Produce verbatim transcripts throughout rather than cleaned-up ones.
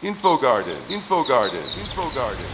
Info Garden, Info Garden, Info Garden,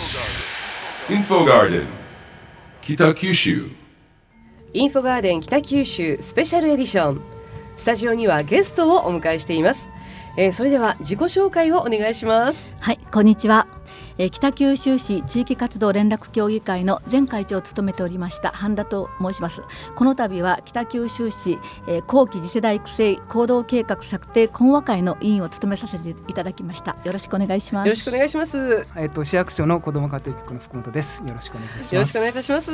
Info Garden, 北九州。 インフォガーデン北九州スペシャルエディション。スタジオにはゲストをお迎えしています。えー、それでは自己紹介をお願いします。 はい、こんにちは。えー、北九州市地域活動連絡協議会の前会長を務めておりました半田と申します。この度は北九州市、えー、後期次世代育成行動計画策定懇話会の委員を務めさせていただきました。よろしくお願いします。 よろしくお願いします。 えー、と市役所の子ども家庭局の福本です。よろしくお願いします。 よろしくお願いいたします。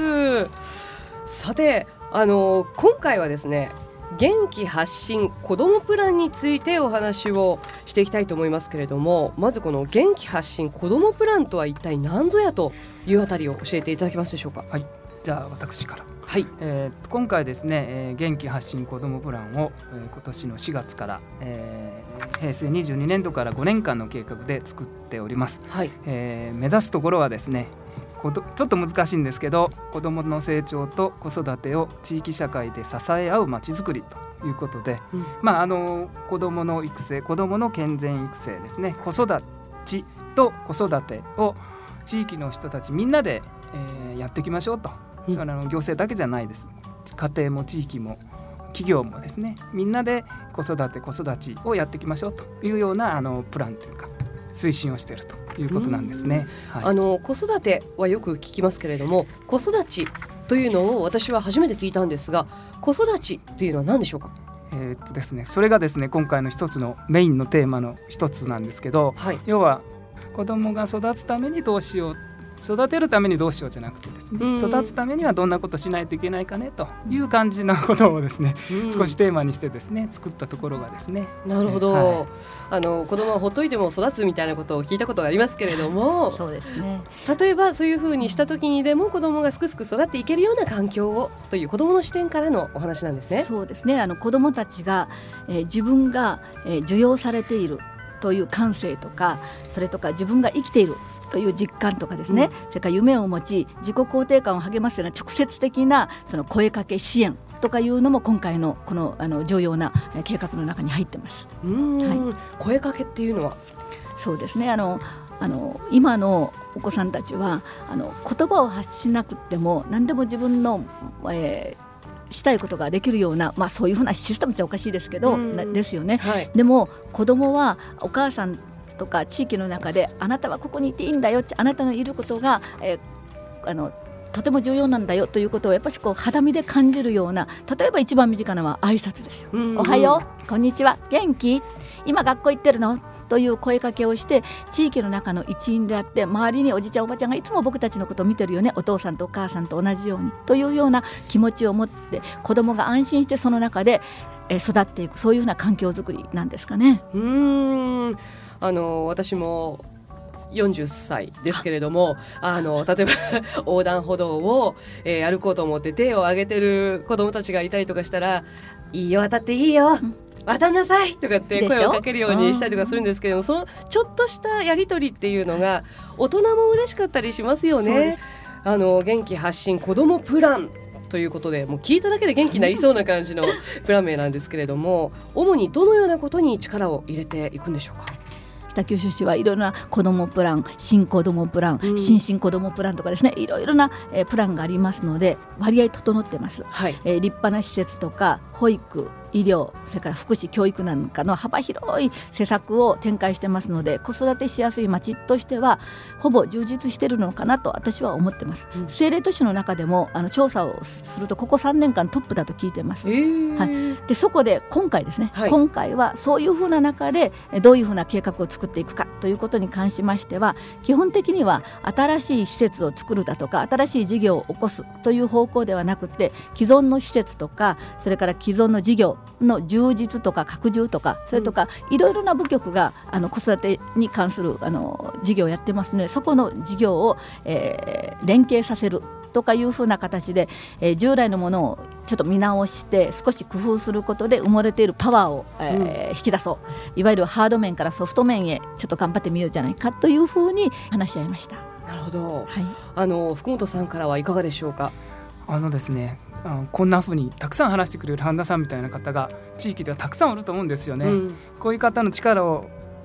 さて、あの今回はですね、元気発信子どもプランについてお話をしていきたいと思いますけれども、まずこの元気発信子どもプランとは一体何ぞやというあたりを教えていただけますでしょうか。 はい、じゃあ私から。 はい、 えー、今回ですね、えー、元気発信子どもプランを、えー、今年のしがつから、えー、平成にじゅうにねんどからごねんかんの計画で作っております。 はい、 えー、目指すところはですね、ちょっと難しいんですけど、子どもの成長と子育てを地域社会で支え合うまちづくりということで、うん、まあ、あの子どもの育成、子どもの健全育成ですね、子育ちと子育てを地域の人たちみんなで、えー、やっていきましょうと、うん、それは行政だけじゃないです。家庭も地域も企業もですね、みんなで子育て子育ちをやっていきましょうというようなあのプランというか推進をしているということなんですね。はい、 あの子育てはよく聞きますけれども、子育ちというのを私は初めて聞いたんですが、子育ちというのは何でしょうか。 えーっとですね、それがですね、今回の一つのメインのテーマの一つなんですけど、はい、要は子供が育つためにどうしよう、育てるためにどうしようじゃなくてですね、育つためにはどんなことしないといけないかねという感じのことをですね、少しテーマにしてですね作ったところがですね。 なるほど、はい、あの子供はほっといても育つみたいなことを聞いたことがありますけれどもそうですね、 例えばそういうふうにした時にでも子供がすくすく育っていけるような環境をという子供の視点からのお話なんですね。 そうですね、あの子供たちが、えー、自分が、えー、受容されているという感性とか、それとか自分が生きているという実感とかですね、うん、それから夢を持ち自己肯定感を励ますような直接的なその声かけ支援とかいうのも今回のこの、あの重要な計画の中に入ってます。 うーん、はい、声かけっていうのはそうですね、あのあの今のお子さんたちはあの言葉を発しなくても何でも自分の、えー、したいことができるような、まあ、そういうふうなシステムっておかしいですけどですよね。はい、でも子供はお母さんとか地域の中であなたはここにいていいんだよ、あなたのいることが、えー、あのとても重要なんだよということをやっぱりこう肌身で感じるような、例えば一番身近なのは挨拶ですよ。うんうん、おはよう、こんにちは、元気、今学校行ってるのという声かけをして地域の中の一員であって、周りにおじちゃんおばちゃんがいつも僕たちのことを見てるよね、お父さんとお母さんと同じようにというような気持ちを持って子どもが安心してその中で育っていく、そういうふうな環境づくりなんですかね。 うーん、あの私もよんじゅっさいですけれども、あの例えば横断歩道を、えー、歩こうと思って手を挙げてる子どもたちがいたりとかしたら、いいよ渡っていいよ、うん、渡んなさいとかって声をかけるようにしたりとかするんですけれども、そのちょっとしたやり取りっていうのが大人も嬉しかったりしますよね。あの元気発信子どもプランということで、もう聞いただけで元気になりそうな感じのプラン名なんですけれども、主にどのようなことに力を入れていくんでしょうか。 北九州市はいろいろな子どもプラン、新子どもプラン、うん、新進子どもプランとかですね、いろいろな、えー、プランがありますので割合整ってます。はい、えー、立派な施設とか保育、医療、それから福祉教育なんかの幅広い施策を展開してますので、子育てしやすい町としてはほぼ充実しているのかなと私は思ってます。うん、政令都市の中でもあの調査をするとここさんねんかんトップだと聞いてます。えーはい、でそこで今回ですね、はい、今回はそういうふうな中でどういうふうな計画を作っていくかということに関しましては、基本的には新しい施設を作るだとか新しい事業を起こすという方向ではなくて、既存の施設とかそれから既存の事業の充実とか拡充とか、それとかいろいろな部局があの子育てに関するあの事業をやってますので、そこの事業を、えー、連携させるとかいうふうな形で、えー、従来のものをちょっと見直して少し工夫することで埋もれているパワーを、えーうん、引き出そう、いわゆるハード面からソフト面へちょっと頑張ってみようじゃないかというふうに話し合いました。 なるほど、はい、 あの福本さんからはいかがでしょうか。 あのですね、あのこんな風にたくさん話してくれる半田さんみたいな方が地域ではたくさんおると思うんですよね。うん、こういう方の力を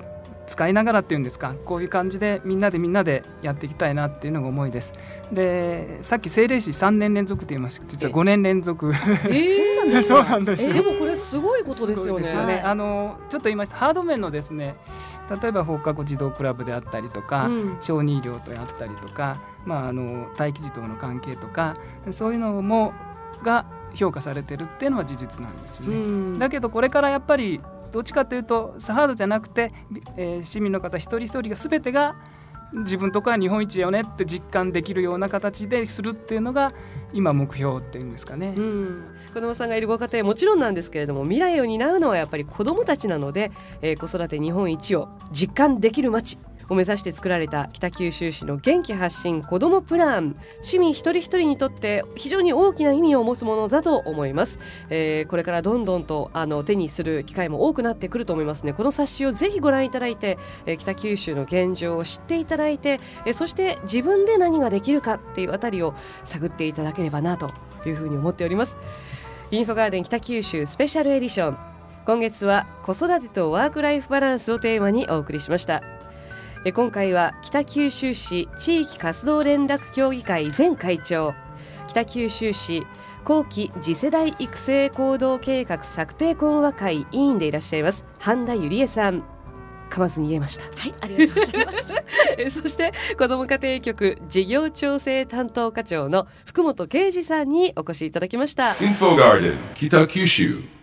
使いながらっていうんですか、こういう感じでみんなでみんなでやっていきたいなっていうのが思いです。でさっき政令市さんねん連続って言いましたけど、実はごねん連続えー、 そうなんですよ。 えー、でもこれすごいことですよね。 すごいですよね、はい、あのちょっと言いましたハード面のですね、例えば放課後児童クラブであったりとか、うん、小児医療とやったりとか、まあ、あの待機児童の関係とかそういうのもが評価されてるっていうのは事実なんですよね、うん、だけどこれからやっぱりどっちかというとハードじゃなくて、えー、市民の方一人一人が全てが自分とこは日本一よねって実感できるような形でするっていうのが今目標っていうんですかね、うん、 子どもさんがいるご家庭もちろんなんですけれども、未来を担うのはやっぱり子どもたちなので、えー、子育て日本一を実感できる街を目指して作られた北九州市の元気発信子どもプラン、市民一人一人にとって非常に大きな意味を持つものだと思います、えー、これからどんどんとあの手にする機会も多くなってくると思いますね。この冊子をぜひご覧いただいて、えー、北九州の現状を知っていただいて、えー、そして自分で何ができるかっていうあたりを探っていただければなというふうに思っております。インフォガーデン北九州スペシャルエディション、今月は子育てとワークライフバランスをテーマにお送りしました。今回は北九州市地域活動連絡協議会前会長、北九州市後期次世代育成行動計画策定懇話会委員でいらっしゃいます半田ゆりえさん、噛まずに言えました。 はい、ありがとうございますそして子ども家庭局事業調整担当課長の福本啓二さんにお越しいただきました。 インフォガーデン北九州